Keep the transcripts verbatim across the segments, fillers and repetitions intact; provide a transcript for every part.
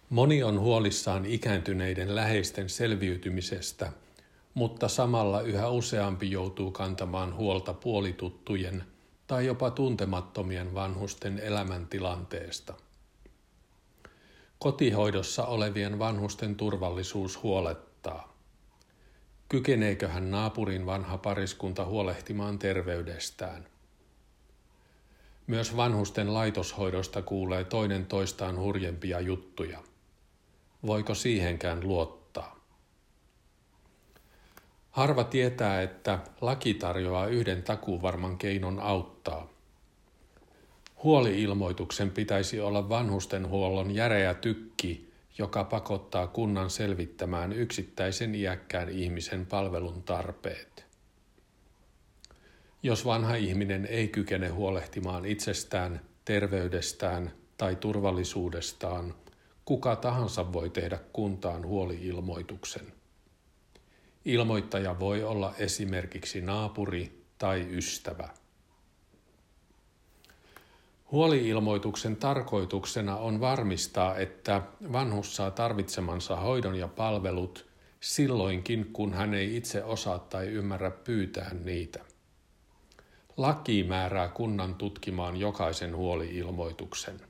Moni on huolissaan ikääntyneiden läheisten selviytymisestä, mutta samalla yhä useampi joutuu kantamaan huolta puolituttujen tai jopa tuntemattomien vanhusten elämäntilanteesta. Kotihoidossa olevien vanhusten turvallisuus huolettaa. Kykeneeköhän naapurin vanha pariskunta huolehtimaan terveydestään? Myös vanhusten laitoshoidosta kuulee toinen toistaan hurjempia juttuja. Voiko siihenkään luottaa? Harva tietää, että laki tarjoaa yhden takuuvarman keinon auttaa. Huoli-ilmoituksen pitäisi olla vanhustenhuollon järeä tykki, joka pakottaa kunnan selvittämään yksittäisen iäkkään ihmisen palvelun tarpeet. Jos vanha ihminen ei kykene huolehtimaan itsestään, terveydestään tai turvallisuudestaan, kuka tahansa voi tehdä kuntaan huoli-ilmoituksen. Ilmoittaja voi olla esimerkiksi naapuri tai ystävä. Huoli-ilmoituksen tarkoituksena on varmistaa, että vanhus saa tarvitsemansa hoidon ja palvelut silloinkin, kun hän ei itse osaa tai ymmärrä pyytää niitä. Laki määrää kunnan tutkimaan jokaisen huoli-ilmoituksen.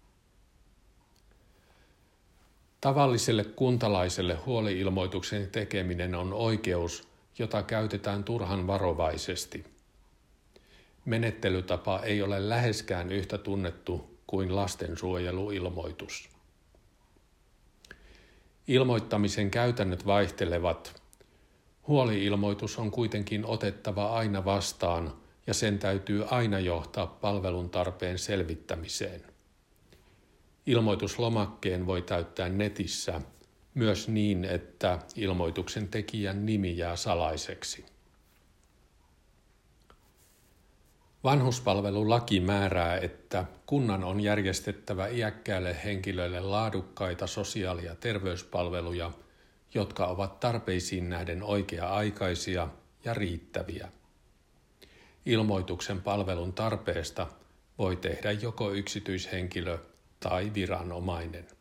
Tavalliselle kuntalaiselle huoli-ilmoituksen tekeminen on oikeus, jota käytetään turhan varovaisesti. Menettelytapa ei ole läheskään yhtä tunnettu kuin lastensuojeluilmoitus. Ilmoittamisen käytännöt vaihtelevat. Huoli-ilmoitus on kuitenkin otettava aina vastaan ja sen täytyy aina johtaa palvelun tarpeen selvittämiseen. Ilmoituslomakkeen voi täyttää netissä myös niin, että ilmoituksen tekijän nimi jää salaiseksi. Vanhuspalvelulaki määrää, että kunnan on järjestettävä iäkkäälle henkilölle laadukkaita sosiaali- ja terveyspalveluja, jotka ovat tarpeisiin nähden oikea-aikaisia ja riittäviä. Ilmoituksen palvelun tarpeesta voi tehdä joko yksityishenkilö tai viranomainen.